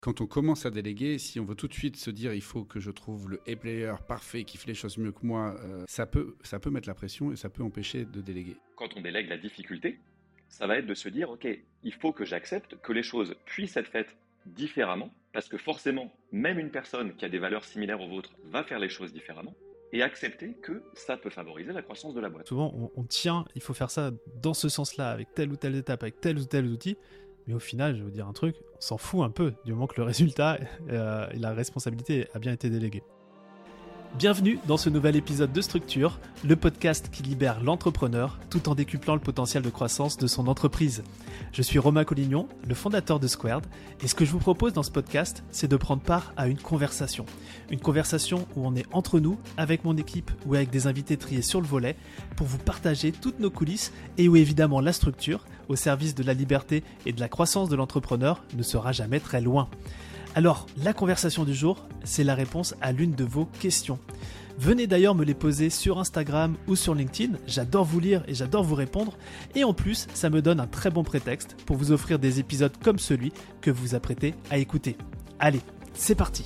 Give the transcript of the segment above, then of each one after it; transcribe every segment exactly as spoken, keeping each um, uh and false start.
Quand on commence à déléguer, si on veut tout de suite se dire il faut que je trouve le A-player parfait qui fait les choses mieux que moi, euh, ça peut, ça peut mettre la pression et ça peut empêcher de déléguer. Quand on délègue la difficulté, ça va être de se dire, ok, il faut que j'accepte que les choses puissent être faites différemment, parce que forcément, même une personne qui a des valeurs similaires aux vôtres va faire les choses différemment, et accepter que ça peut favoriser la croissance de la boîte. Souvent, on, on tient, il faut faire ça dans ce sens-là, avec telle ou telle étape, avec tel ou tel outil. Mais au final, je vais vous dire un truc, on s'en fout un peu, du moment que le résultat euh, et la responsabilité a bien été déléguée. Bienvenue dans ce nouvel épisode de Structure, le podcast qui libère l'entrepreneur tout en décuplant le potentiel de croissance de son entreprise. Je suis Romain Collignon, le fondateur de Squared, et ce que je vous propose dans ce podcast, c'est de prendre part à une conversation. Une conversation où on est entre nous, avec mon équipe ou avec des invités triés sur le volet, pour vous partager toutes nos coulisses et où évidemment la structure, au service de la liberté et de la croissance de l'entrepreneur, ne sera jamais très loin. Alors, la conversation du jour, c'est la réponse à l'une de vos questions. Venez d'ailleurs me les poser sur Instagram ou sur LinkedIn, j'adore vous lire et j'adore vous répondre. Et en plus, ça me donne un très bon prétexte pour vous offrir des épisodes comme celui que vous vous apprêtez à écouter. Allez, c'est parti!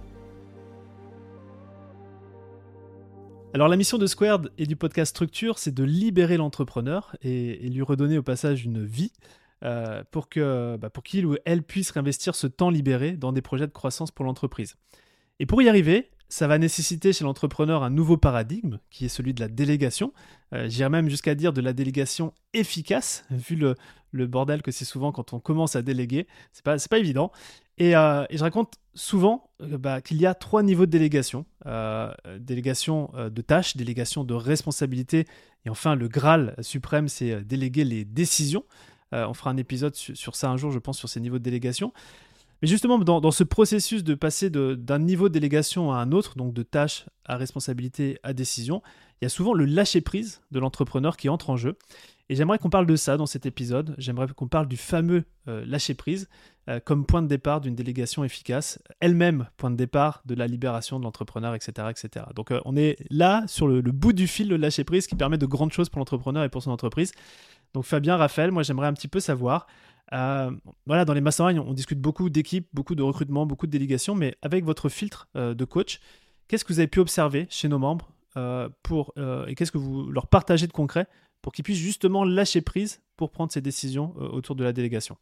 Alors la mission de Squared et du podcast Structure, c'est de libérer l'entrepreneur et, et lui redonner au passage une vie. Euh, pour que, bah, pour qu'il ou elle puisse réinvestir ce temps libéré dans des projets de croissance pour l'entreprise. Et pour y arriver, ça va nécessiter chez l'entrepreneur un nouveau paradigme, qui est celui de la délégation. Euh, j'irais même jusqu'à dire de la délégation efficace, vu le, le bordel que c'est souvent quand on commence à déléguer. C'est pas, c'est pas évident. Et, euh, et je raconte souvent euh, bah, qu'il y a trois niveaux de délégation. Euh, délégation euh, de tâches, délégation de responsabilités, et enfin le Graal suprême, c'est euh, déléguer les décisions. Euh, on fera un épisode sur, sur ça un jour, je pense, sur ces niveaux de délégation. Mais justement, dans, dans ce processus de passer de, d'un niveau de délégation à un autre, donc de tâches à responsabilité à décision, il y a souvent le lâcher-prise de l'entrepreneur qui entre en jeu. Et j'aimerais qu'on parle de ça dans cet épisode. J'aimerais qu'on parle du fameux euh, lâcher-prise euh, comme point de départ d'une délégation efficace, elle-même point de départ de la libération de l'entrepreneur, et cetera et cetera. Donc euh, on est là sur le, le bout du fil, le lâcher-prise qui permet de grandes choses pour l'entrepreneur et pour son entreprise. Donc Fabien, Raphaël, moi j'aimerais un petit peu savoir, euh, voilà, dans les masterminds, on, on discute beaucoup d'équipes, beaucoup de recrutement, beaucoup de délégations, mais avec votre filtre euh, de coach, qu'est-ce que vous avez pu observer chez nos membres euh, pour, euh, et qu'est-ce que vous leur partagez de concret pour qu'ils puissent justement lâcher prise pour prendre ces décisions euh, autour de la délégation?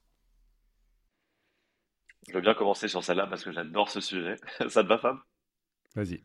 Je veux bien commencer sur celle-là parce que j'adore ce sujet. Ça te va, Fab? Vas-y.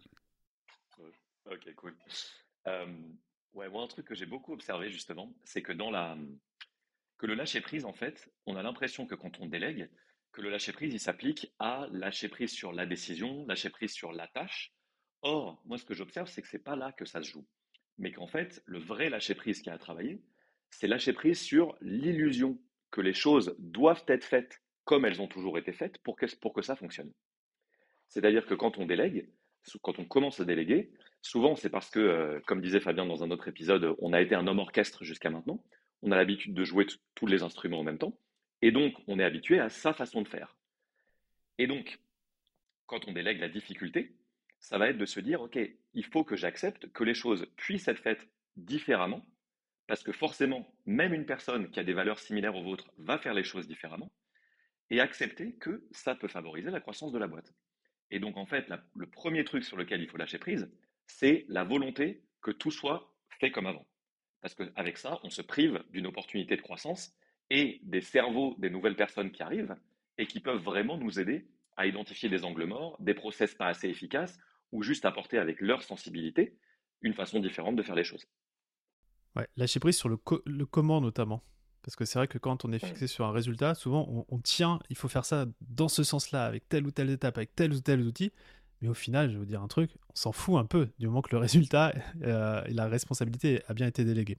Ok, cool. Euh, ouais, moi, un truc que j'ai beaucoup observé justement, c'est que dans la, que le lâcher prise, en fait, on a l'impression que quand on délègue, que le lâcher prise, il s'applique à lâcher prise sur la décision, lâcher prise sur la tâche. Or, moi, ce que j'observe, c'est que c'est pas là que ça se joue, mais qu'en fait, le vrai lâcher prise qui a à travailler, c'est lâcher prise sur l'illusion que les choses doivent être faites comme elles ont toujours été faites pour que, pour que ça fonctionne. C'est-à-dire que quand on délègue, quand on commence à déléguer, souvent c'est parce que, euh, comme disait Fabien dans un autre épisode, on a été un homme orchestre jusqu'à maintenant, on a l'habitude de jouer t- tous les instruments en même temps, et donc on est habitué à sa façon de faire. Et donc, quand on délègue la difficulté, ça va être de se dire, OK, il faut que j'accepte que les choses puissent être faites différemment, parce que forcément, même une personne qui a des valeurs similaires aux vôtres va faire les choses différemment, et accepter que ça peut favoriser la croissance de la boîte. Et donc, en fait, la- le premier truc sur lequel il faut lâcher prise, c'est la volonté que tout soit fait comme avant. Parce qu'avec ça, on se prive d'une opportunité de croissance et des cerveaux des nouvelles personnes qui arrivent et qui peuvent vraiment nous aider à identifier des angles morts, des process pas assez efficaces ou juste apporter avec leur sensibilité une façon différente de faire les choses. Ouais, lâcher prise sur le, co- le comment notamment. Parce que c'est vrai que quand on est Mm. fixé sur un résultat, souvent on, on tient, il faut faire ça dans ce sens-là, avec telle ou telle étape, avec tel ou tel outil. Mais au final, je vais vous dire un truc, on s'en fout un peu du moment que le résultat euh, et la responsabilité a bien été déléguée.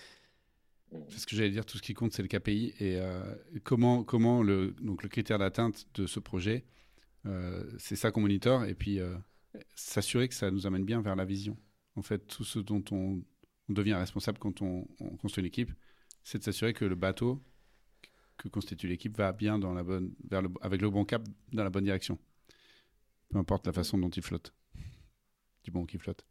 C'est ce que j'allais dire, tout ce qui compte, c'est le K P I. Et euh, comment, comment le, donc le critère d'atteinte de ce projet, euh, c'est ça qu'on monitore. Et puis, euh, s'assurer que ça nous amène bien vers la vision. En fait, tout ce dont on, on devient responsable quand on, on construit une équipe, c'est de s'assurer que le bateau que constitue l'équipe va bien dans la bonne, vers le, avec le bon cap dans la bonne direction. Peu importe la façon dont il flotte. Du bon qui flotte.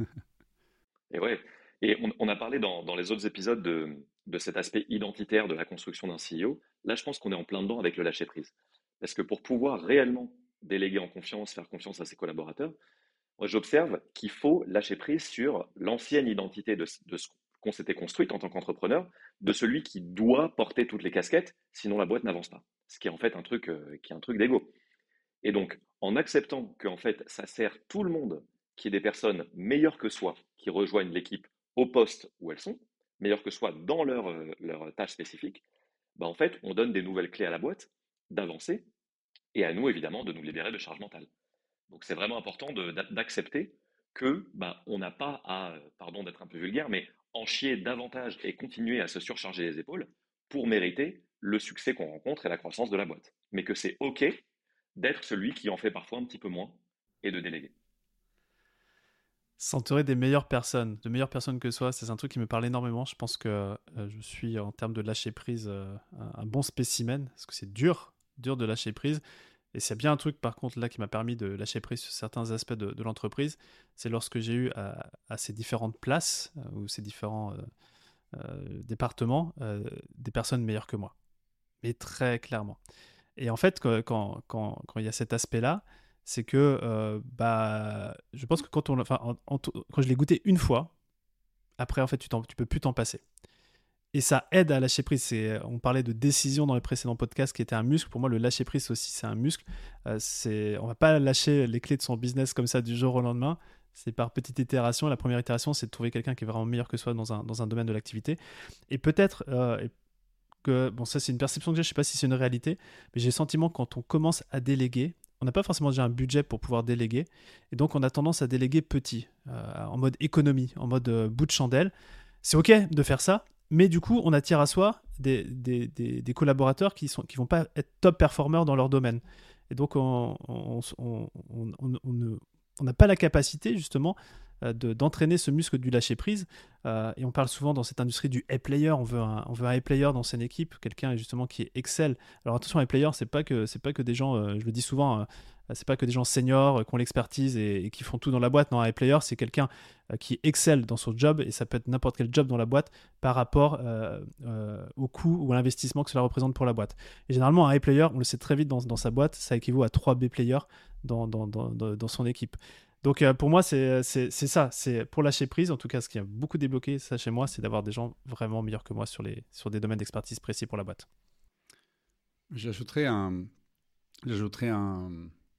Et ouais, et on, on a parlé dans, dans les autres épisodes de, de cet aspect identitaire de la construction d'un C E O. Là, je pense qu'on est en plein dedans avec le lâcher prise. Parce que pour pouvoir réellement déléguer en confiance, faire confiance à ses collaborateurs, moi j'observe qu'il faut lâcher prise sur l'ancienne identité de, de ce qu'on s'était construite en tant qu'entrepreneur, de celui qui doit porter toutes les casquettes, sinon la boîte n'avance pas. Ce qui est en fait un truc, euh, qui est un truc d'ego. Et donc, en acceptant que en fait, ça sert tout le monde, qu'il y ait des personnes meilleures que soi qui rejoignent l'équipe au poste où elles sont, meilleures que soi dans leur, euh, leur tâche spécifique, bah en fait, on donne des nouvelles clés à la boîte d'avancer et à nous, évidemment, de nous libérer de charge mentale. Donc, c'est vraiment important de- d'a- d'accepter que bah, on n'a pas à, euh, pardon d'être un peu vulgaire, mais en chier davantage et continuer à se surcharger les épaules pour mériter le succès qu'on rencontre et la croissance de la boîte. Mais que c'est OK d'être celui qui en fait parfois un petit peu moins et de déléguer. S'entourer des meilleures personnes, de meilleures personnes que soi, c'est un truc qui me parle énormément. Je pense que euh, je suis, en termes de lâcher prise, euh, un, un bon spécimen, parce que c'est dur, dur de lâcher prise. Et c'est bien un truc, par contre, là, qui m'a permis de lâcher prise sur certains aspects de, de l'entreprise, c'est lorsque j'ai eu à, à ces différentes places, euh, ou ces différents euh, euh, départements, euh, des personnes meilleures que moi. Mais très clairement. Et en fait, quand, quand, quand, quand il y a cet aspect-là, c'est que euh, bah, je pense que quand, on, enfin, en- en- quand je l'ai goûté une fois, après, en fait, tu, t'en- tu peux plus t'en passer. Et ça aide à lâcher prise. C'est, on parlait de décision dans les précédents podcasts qui était un muscle. Pour moi, le lâcher prise aussi, c'est un muscle. Euh, c'est, on va pas lâcher les clés de son business comme ça du jour au lendemain. C'est par petite itération. La première itération, c'est de trouver quelqu'un qui est vraiment meilleur que soi dans un, dans un domaine de l'activité. Et peut-être, euh, que, bon, ça c'est une perception que j'ai, je sais pas si c'est une réalité, mais j'ai le sentiment que quand on commence à déléguer, on n'a pas forcément déjà un budget pour pouvoir déléguer, et donc on a tendance à déléguer petit, euh, en mode économie, en mode euh, bout de chandelle. C'est ok de faire ça, mais du coup on attire à soi des, des, des, des collaborateurs qui sont qui vont pas être top performeurs dans leur domaine, et donc on, on, on, on, on, on ne on n'a pas la capacité justement euh, de, d'entraîner ce muscle du lâcher prise. Euh, et on parle souvent dans cette industrie du A-player. On veut un, on veut un A-player dans son équipe, quelqu'un justement qui est excel. Alors attention, A-player, c'est pas que c'est pas que des gens, euh, je le dis souvent, euh, c'est pas que des gens seniors euh, qui ont l'expertise et, et qui font tout dans la boîte. Non, un A-player, c'est quelqu'un euh, qui excelle dans son job, et ça peut être n'importe quel job dans la boîte par rapport euh, euh, au coût ou à l'investissement que cela représente pour la boîte. Et généralement, un A-player, on le sait très vite dans, dans sa boîte, ça équivaut à trois B-players dans, dans, dans, dans, dans son équipe. Donc euh, pour moi, c'est, c'est, c'est ça. C'est pour lâcher prise, en tout cas, ce qui a beaucoup débloqué ça chez moi, c'est d'avoir des gens vraiment meilleurs que moi sur, les, sur des domaines d'expertise précis pour la boîte. J'ajouterais un, j'ajouterais un,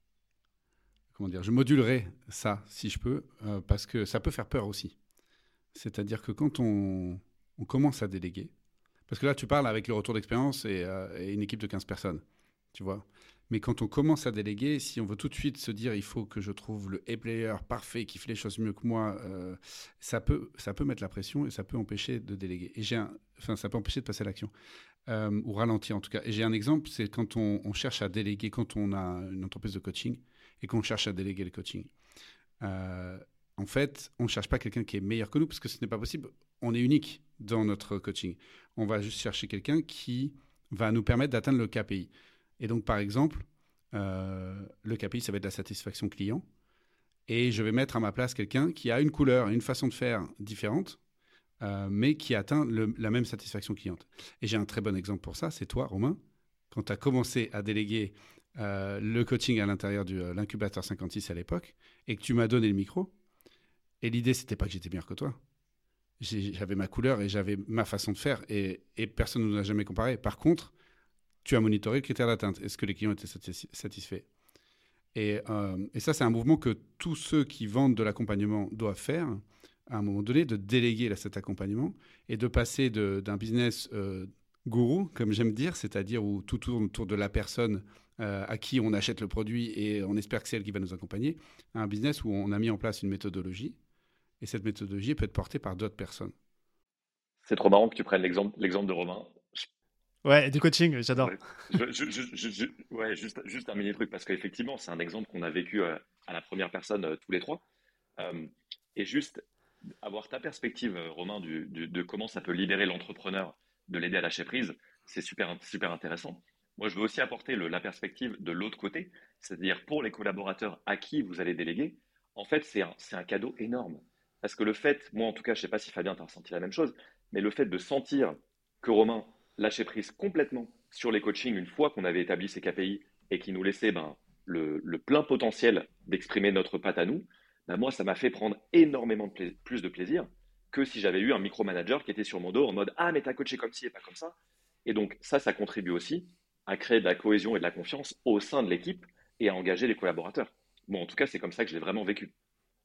comment dire, je modulerais ça si je peux, euh, parce que ça peut faire peur aussi. C'est-à-dire que quand on, on commence à déléguer, parce que là tu parles avec le retour d'expérience et, euh, et une équipe de quinze personnes, tu vois. Mais quand on commence à déléguer, si on veut tout de suite se dire il faut que je trouve le A-player parfait qui fait les choses mieux que moi, euh, ça, peut, ça peut mettre la pression et ça peut empêcher de déléguer. Et j'ai un, enfin, ça peut empêcher de passer à l'action, euh, ou ralentir en tout cas. Et j'ai un exemple, c'est quand on, on cherche à déléguer, quand on a une entreprise de coaching et qu'on cherche à déléguer le coaching. Euh, en fait, on ne cherche pas quelqu'un qui est meilleur que nous parce que ce n'est pas possible. On est unique dans notre coaching. On va juste chercher quelqu'un qui va nous permettre d'atteindre le K P I. Et donc, par exemple, euh, le K P I, ça va être la satisfaction client. Et je vais mettre à ma place quelqu'un qui a une couleur et une façon de faire différente, euh, mais qui atteint le, la même satisfaction cliente. Et j'ai un très bon exemple pour ça, c'est toi, Romain. Quand tu as commencé à déléguer euh, le coaching à l'intérieur de euh, l'incubateur cinquante-six à l'époque, et que tu m'as donné le micro, et l'idée, c'était pas que j'étais meilleur que toi. J'ai, j'avais ma couleur et j'avais ma façon de faire, et, et personne ne nous a jamais comparé. Par contre, tu as monitoré le critère d'atteinte. Est-ce que les clients étaient satis- satisfaits? Et, euh, et ça, c'est un mouvement que tous ceux qui vendent de l'accompagnement doivent faire à un moment donné, de déléguer cet accompagnement et de passer de, d'un business euh, gourou, comme j'aime dire, c'est-à-dire où tout tourne autour de la personne euh, à qui on achète le produit et on espère que c'est elle qui va nous accompagner, à un business où on a mis en place une méthodologie et cette méthodologie peut être portée par d'autres personnes. C'est trop marrant que tu prennes l'exemple, l'exemple de Romain. Je- Ouais, et du coaching, j'adore. ouais, je- je- je- je- je- ouais, juste, juste un mini truc, parce qu'effectivement, c'est un exemple qu'on a vécu euh, à la première personne euh, tous les trois. Euh, et juste avoir ta perspective, euh, Romain, du, du- de comment ça peut libérer l'entrepreneur, de l'aider à lâcher prise, c'est super, super intéressant. Moi, je veux aussi apporter le- la perspective de l'autre côté, c'est-à-dire pour les collaborateurs à qui vous allez déléguer, en fait, c'est un, c'est un cadeau énorme. Parce que le fait, moi en tout cas, je ne sais pas si Fabien t'a ressenti la même chose, mais le fait de sentir que Romain lâchait prise complètement sur les coachings une fois qu'on avait établi ses K P I et qui nous laissait ben, le, le plein potentiel d'exprimer notre patte à nous, ben, moi, ça m'a fait prendre énormément de pla- plus de plaisir que si j'avais eu un micromanager qui était sur mon dos en mode «Ah, mais t'as coaché comme ci et pas comme ça». Et donc, ça, ça contribue aussi à créer de la cohésion et de la confiance au sein de l'équipe et à engager les collaborateurs. Bon, en tout cas, c'est comme ça que je l'ai vraiment vécu.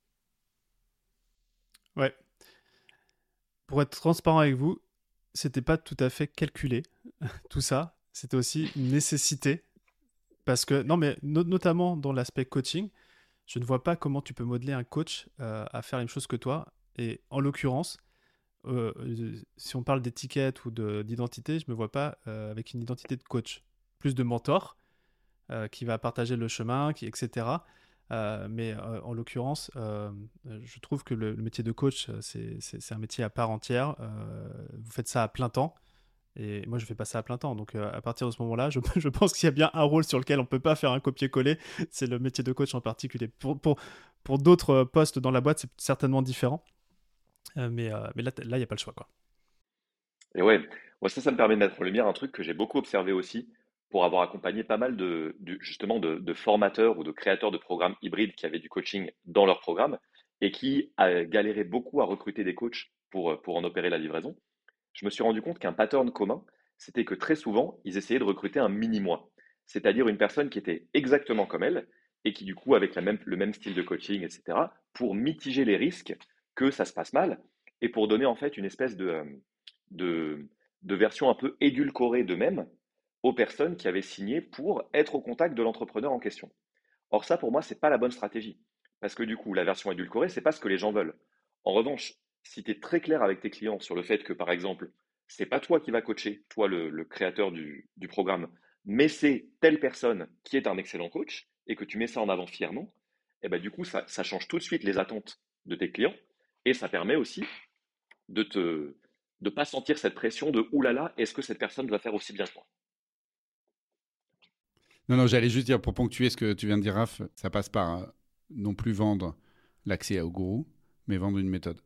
Ouais. Pour être transparent avec vous, c'était pas tout à fait calculé, tout ça. C'était aussi une nécessité. Parce que, non, mais no- notamment dans l'aspect coaching, je ne vois pas comment tu peux modeler un coach euh, à faire la même chose que toi. Et en l'occurrence, euh, euh, si on parle d'étiquette ou de- d'identité, je ne me vois pas euh, avec une identité de coach. Plus de mentor euh, qui va partager le chemin, qui, et cetera. Euh, mais euh, en l'occurrence, euh, je trouve que le, le métier de coach, euh, c'est c'est- c'est un métier à part entière. Euh, vous faites ça à plein temps. Et moi, je fais pas ça à plein temps. Donc, euh, à partir de ce moment-là, je, je pense qu'il y a bien un rôle sur lequel on peut pas faire un copier-coller. C'est le métier de coach en particulier. Pour, pour, pour d'autres euh, postes dans la boîte, c'est certainement différent. Euh, mais, euh, mais là, t- là, il n'y a pas le choix, quoi. Et ouais, moi ça, ça me permet de mettre en lumière un truc que j'ai beaucoup observé aussi pour avoir accompagné pas mal de, de- justement de, de formateurs ou de créateurs de programmes hybrides qui avaient du coaching dans leur programme et qui euh, galéraient beaucoup à recruter des coachs pour, euh, pour en opérer la livraison. Je me suis rendu compte qu'un pattern commun, c'était que très souvent, ils essayaient de recruter un mini-moi, c'est-à-dire une personne qui était exactement comme elle et qui, du coup, avec la même, le même style de coaching, et cetera, pour mitiger les risques que ça se passe mal et pour donner en fait une espèce de, euh, de, de version un peu édulcorée d'eux-mêmes aux personnes qui avaient signé pour être au contact de l'entrepreneur en question. Or, ça, pour moi, c'est pas la bonne stratégie. Parce que du coup, la version édulcorée, c'est pas ce que les gens veulent. En revanche, si tu es très clair avec tes clients sur le fait que, par exemple, c'est pas toi qui vas coacher, toi le, le créateur du, du programme, mais c'est telle personne qui est un excellent coach et que tu mets ça en avant fièrement, et ben du coup, ça, ça change tout de suite les attentes de tes clients et ça permet aussi de te de pas sentir cette pression de oulala, est-ce que cette personne va faire aussi bien que moi? Non, non, j'allais juste dire, pour ponctuer ce que tu viens de dire, Raph, ça passe par euh, non plus vendre l'accès au gourou, mais vendre une méthode.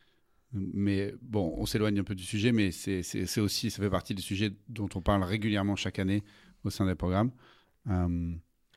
Mais bon, on s'éloigne un peu du sujet, mais c'est c'est- c'est aussi, ça fait partie des sujets dont on parle régulièrement chaque année au sein des programmes. Euh,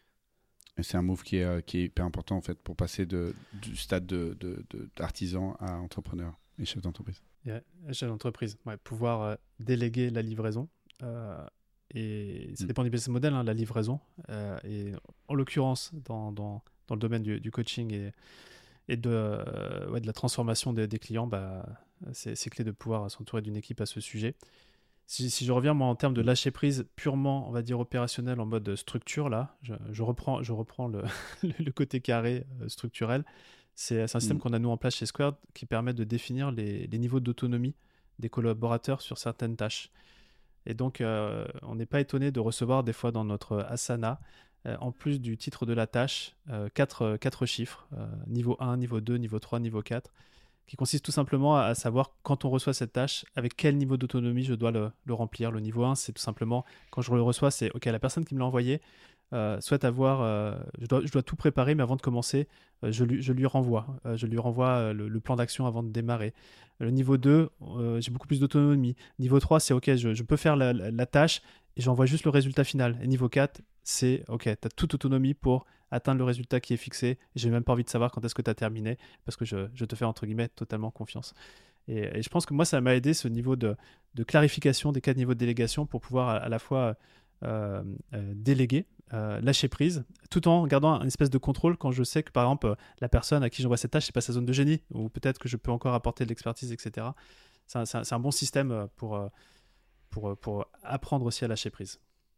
et c'est un move qui est, euh, qui est hyper important en fait pour passer de, du stade de, de- de- d'artisan à entrepreneur et chef d'entreprise. Yeah, chef d'entreprise, ouais, pouvoir euh, déléguer la livraison. Euh, et ça Mm. dépend du business model, hein, la livraison. Euh, et en l'occurrence, dans, dans, dans le domaine du, du coaching et, et de, euh, ouais, de la transformation des, des clients, bah, c'est, c'est clé de pouvoir s'entourer d'une équipe à ce sujet. Si, si je reviens moi en termes de lâcher prise purement, on va dire opérationnel en mode structure, là, je, je reprends, je reprends le, le côté carré euh, structurel. C'est c'est un système Mm. qu'on a nous en place chez Squared qui permet de définir les, les niveaux d'autonomie des collaborateurs sur certaines tâches. Et donc, euh, on n'est pas étonné de recevoir des fois dans notre Asana, euh, en plus du titre de la tâche, euh, quatre, quatre chiffres, euh, niveau un, niveau deux, niveau trois, niveau quatre, qui consiste tout simplement à, à savoir quand on reçoit cette tâche, avec quel niveau d'autonomie je dois le, le remplir. Le niveau un, c'est tout simplement, quand je le reçois, c'est OK, la personne qui me l'a envoyé euh, souhaite avoir, euh, je, dois, je dois tout préparer, mais avant de commencer, euh, je, lui, je lui renvoie. Euh, je lui renvoie euh, le, le plan d'action avant de démarrer. Le niveau deux, euh, j'ai beaucoup plus d'autonomie. Niveau trois, c'est OK, je, je peux faire la, la, la tâche et j'envoie juste le résultat final. Et niveau quatre, c'est OK, tu as toute autonomie pour atteindre le résultat qui est fixé. J'ai même pas envie de savoir quand est-ce que tu as terminé parce que je, je te fais entre guillemets totalement confiance. Et, et je pense que moi, ça m'a aidé ce niveau de, de clarification des quatre niveaux de délégation pour pouvoir à, à la fois euh, euh, déléguer, euh, lâcher prise, tout en gardant un espèce de contrôle quand je sais que par exemple la personne à qui j'envoie cette tâche, c'est pas sa zone de génie, ou peut-être que je peux encore apporter de l'expertise, et cetera. C'est un, c'est un- c'est un bon système pour, pour, pour apprendre aussi à lâcher prise.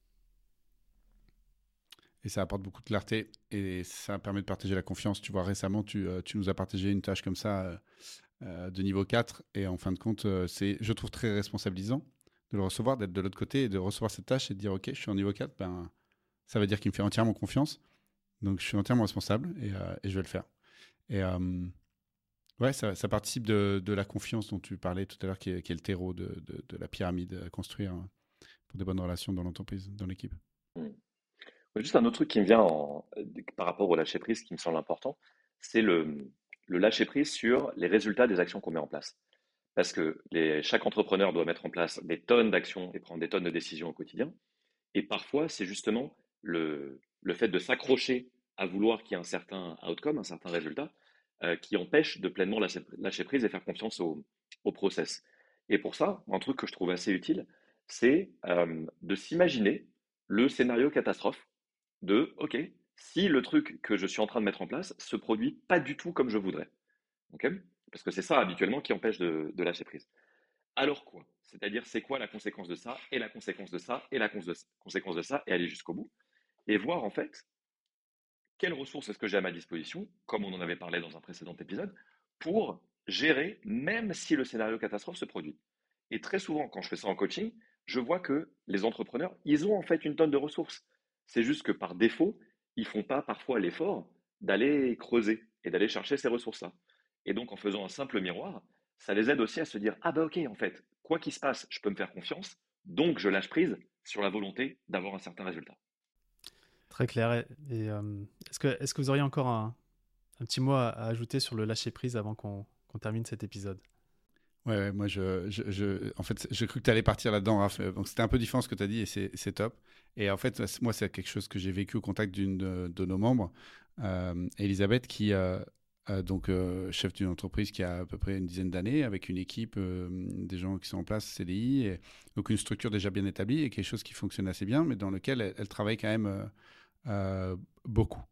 Et ça apporte beaucoup de clarté et ça permet de partager la confiance. Tu vois, récemment, tu, euh, tu nous as partagé une tâche comme ça euh, euh, de niveau quatre et en fin de compte, euh, c'est, je trouve très responsabilisant de le recevoir, d'être de l'autre côté et de recevoir cette tâche et de dire, OK, je suis en niveau quatre, ben, ça veut dire qu'il me fait entièrement confiance. Donc, je suis entièrement responsable et, euh, et je vais le faire. Et euh, ouais, ça, ça participe de, de la confiance dont tu parlais tout à l'heure, qui est, qui est le terreau de, de, de la pyramide à construire hein, pour des bonnes relations dans l'entreprise, dans l'équipe. Hmm. Juste un autre truc qui me vient en- par rapport au lâcher prise qui me semble important, c'est le, le lâcher prise sur les résultats des actions qu'on met en place. Parce que les, chaque entrepreneur doit mettre en place des tonnes d'actions et prendre des tonnes de décisions au quotidien. Et parfois, c'est justement le, le fait de s'accrocher à vouloir qu'il y ait un certain outcome, un certain résultat, euh, qui empêche de pleinement lâcher, lâcher prise et faire confiance au, au process. Et pour ça, un truc que je trouve assez utile, c'est euh, de s'imaginer le scénario catastrophe de, OK, si le truc que je suis en train de mettre en place se produit pas du tout comme je voudrais. OK? Parce que c'est ça habituellement qui empêche de, de lâcher prise. Alors quoi? C'est-à-dire, c'est quoi la conséquence de ça, et la conséquence de ça, et la cons- de- conséquence de ça, et aller jusqu'au bout. Et voir en fait quelles ressources est-ce que j'ai à ma disposition, comme on en avait parlé dans un précédent épisode, pour gérer même si le scénario catastrophe se produit. Et très souvent, quand je fais ça en coaching, je vois que les entrepreneurs, ils ont en fait une tonne de ressources. C'est juste que par défaut, ils font pas parfois l'effort d'aller creuser et d'aller chercher ces ressources-là. Et donc, en faisant un simple miroir, ça les aide aussi à se dire, ah bah ok, en fait, quoi qu'il se passe, je peux me faire confiance, donc je lâche prise sur la volonté d'avoir un certain résultat. Très clair. Et, et, euh, est-ce que, est-ce que vous auriez encore un, un petit mot à, à ajouter sur le lâcher prise avant qu'on, qu'on termine cet épisode? Ouais, ouais, moi, je, je, je, en fait, j'ai cru que tu allais partir là-dedans, Raph. Donc, c'était un peu différent ce que tu as dit et c'est, c'est top. Et en fait, moi, c'est quelque chose que j'ai vécu au contact d'une de, de nos membres, euh, Elisabeth, qui euh, euh, donc euh, chef d'une entreprise qui a à peu près une dizaine d'années, avec une équipe, euh, des gens qui sont en place, C D I, et donc une structure déjà bien établie et quelque chose qui fonctionne assez bien, mais dans lequel elle, elle travaille quand même euh, euh, beaucoup.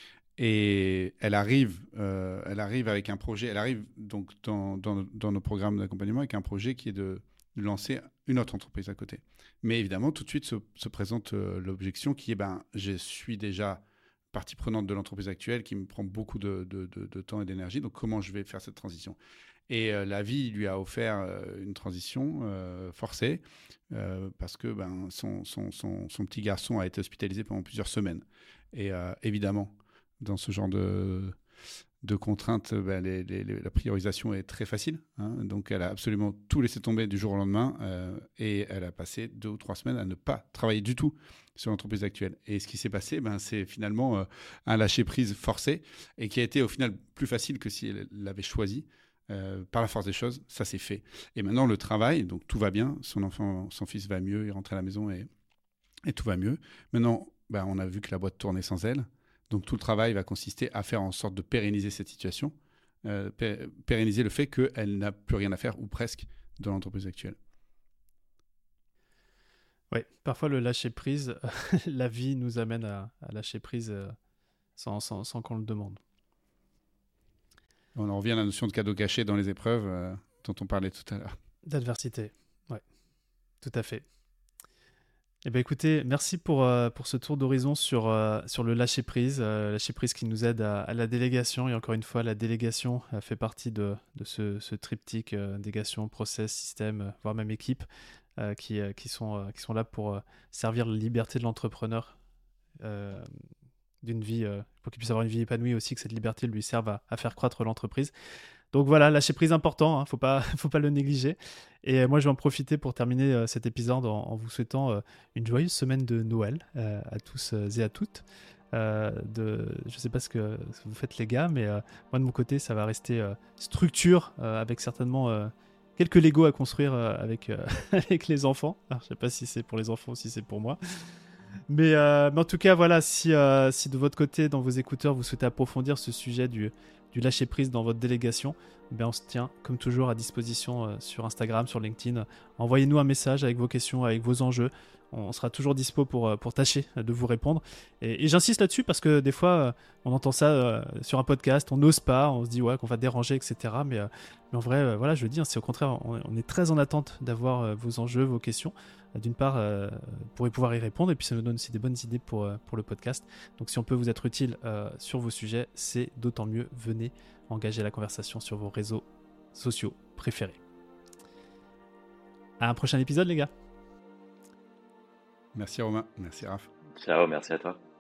Et elle arrive, euh, elle arrive avec un projet, elle arrive donc dans, dans, dans nos programmes d'accompagnement avec un projet qui est de, de lancer une autre entreprise à côté. Mais évidemment, tout de suite se, se présente euh, l'objection qui est, ben, je suis déjà partie prenante de l'entreprise actuelle qui me prend beaucoup de, de, de, de temps et d'énergie, donc comment je vais faire cette transition? Et euh, la vie lui a offert euh, une transition euh, forcée euh, parce que ben, son, son, son, son petit garçon a été hospitalisé pendant plusieurs semaines. Et euh, évidemment, dans ce genre de, de contraintes, ben, les, les, les, la priorisation est très facile. Hein. Donc, elle a absolument tout laissé tomber du jour au lendemain euh, et elle a passé deux ou trois semaines à ne pas travailler du tout sur l'entreprise actuelle. Et ce qui s'est passé, ben, c'est finalement euh, un lâcher-prise forcé et qui a été au final plus facile que si elle l'avait choisi. Euh, par la force des choses, ça s'est fait. Et maintenant, le travail, donc tout va bien. Son enfant, son fils va mieux, il rentre à la maison et, et tout va mieux. Maintenant, ben, on a vu que la boîte tournait sans elle. Donc tout le travail va consister à faire en sorte de pérenniser cette situation, euh, pé- pérenniser le fait qu'elle n'a plus rien à faire, ou presque, dans l'entreprise actuelle. Oui, parfois le lâcher prise, la vie nous amène à, à lâcher prise euh, sans, sans, sans qu'on le demande. On en revient à la notion de cadeau caché dans les épreuves euh, dont on parlait tout à l'heure. D'adversité, oui, tout à fait. Eh bien, écoutez, merci pour, euh, pour ce tour d'horizon sur, euh, sur le lâcher-prise, euh, lâcher-prise qui nous aide à, à la délégation. Et encore une fois, la délégation euh, fait partie de, de ce, ce triptyque euh, délégation, process, système, euh, voire même équipe, euh, qui, euh, qui, sont, euh, qui sont là pour euh, servir la liberté de l'entrepreneur euh, d'une vie, euh, pour qu'il puisse avoir une vie épanouie aussi, que cette liberté lui serve à, à faire croître l'entreprise. Donc voilà, lâcher prise important, hein, faut pas, faut pas le négliger. Et moi, je vais en profiter pour terminer euh, cet épisode en, en vous souhaitant euh, une joyeuse semaine de Noël euh, à tous euh, et à toutes. Euh, de, je sais pas ce que, ce que vous faites les gars, mais euh, moi de mon côté, ça va rester euh, structure euh, avec certainement euh, quelques Lego à construire euh, avec, euh, avec les enfants. Alors, je sais pas si c'est pour les enfants ou si c'est pour moi. Mais, euh, mais en tout cas, voilà, si, euh, si de votre côté, dans vos écouteurs, vous souhaitez approfondir ce sujet du, du lâcher-prise dans votre délégation, ben on se tient comme toujours à disposition euh, sur Instagram, sur LinkedIn. Envoyez-nous un message avec vos questions, avec vos enjeux. On sera toujours dispo pour, pour tâcher de vous répondre. Et, et j'insiste là-dessus parce que des fois, euh, on entend ça euh, sur un podcast, on n'ose pas, on se dit ouais, qu'on va déranger, et cetera. Mais, euh, mais en vrai, euh, voilà, je le dis, hein, c'est au contraire, on, on est très en attente d'avoir euh, vos enjeux, vos questions. D'une part, euh, pour pouvoir y répondre, et puis ça nous donne aussi des bonnes idées pour, euh, pour le podcast. Donc si on peut vous être utile euh, sur vos sujets, c'est d'autant mieux. Venez engager la conversation sur vos réseaux sociaux préférés. À un prochain épisode, les gars. Merci Romain, merci Raph. Ciao, merci à toi.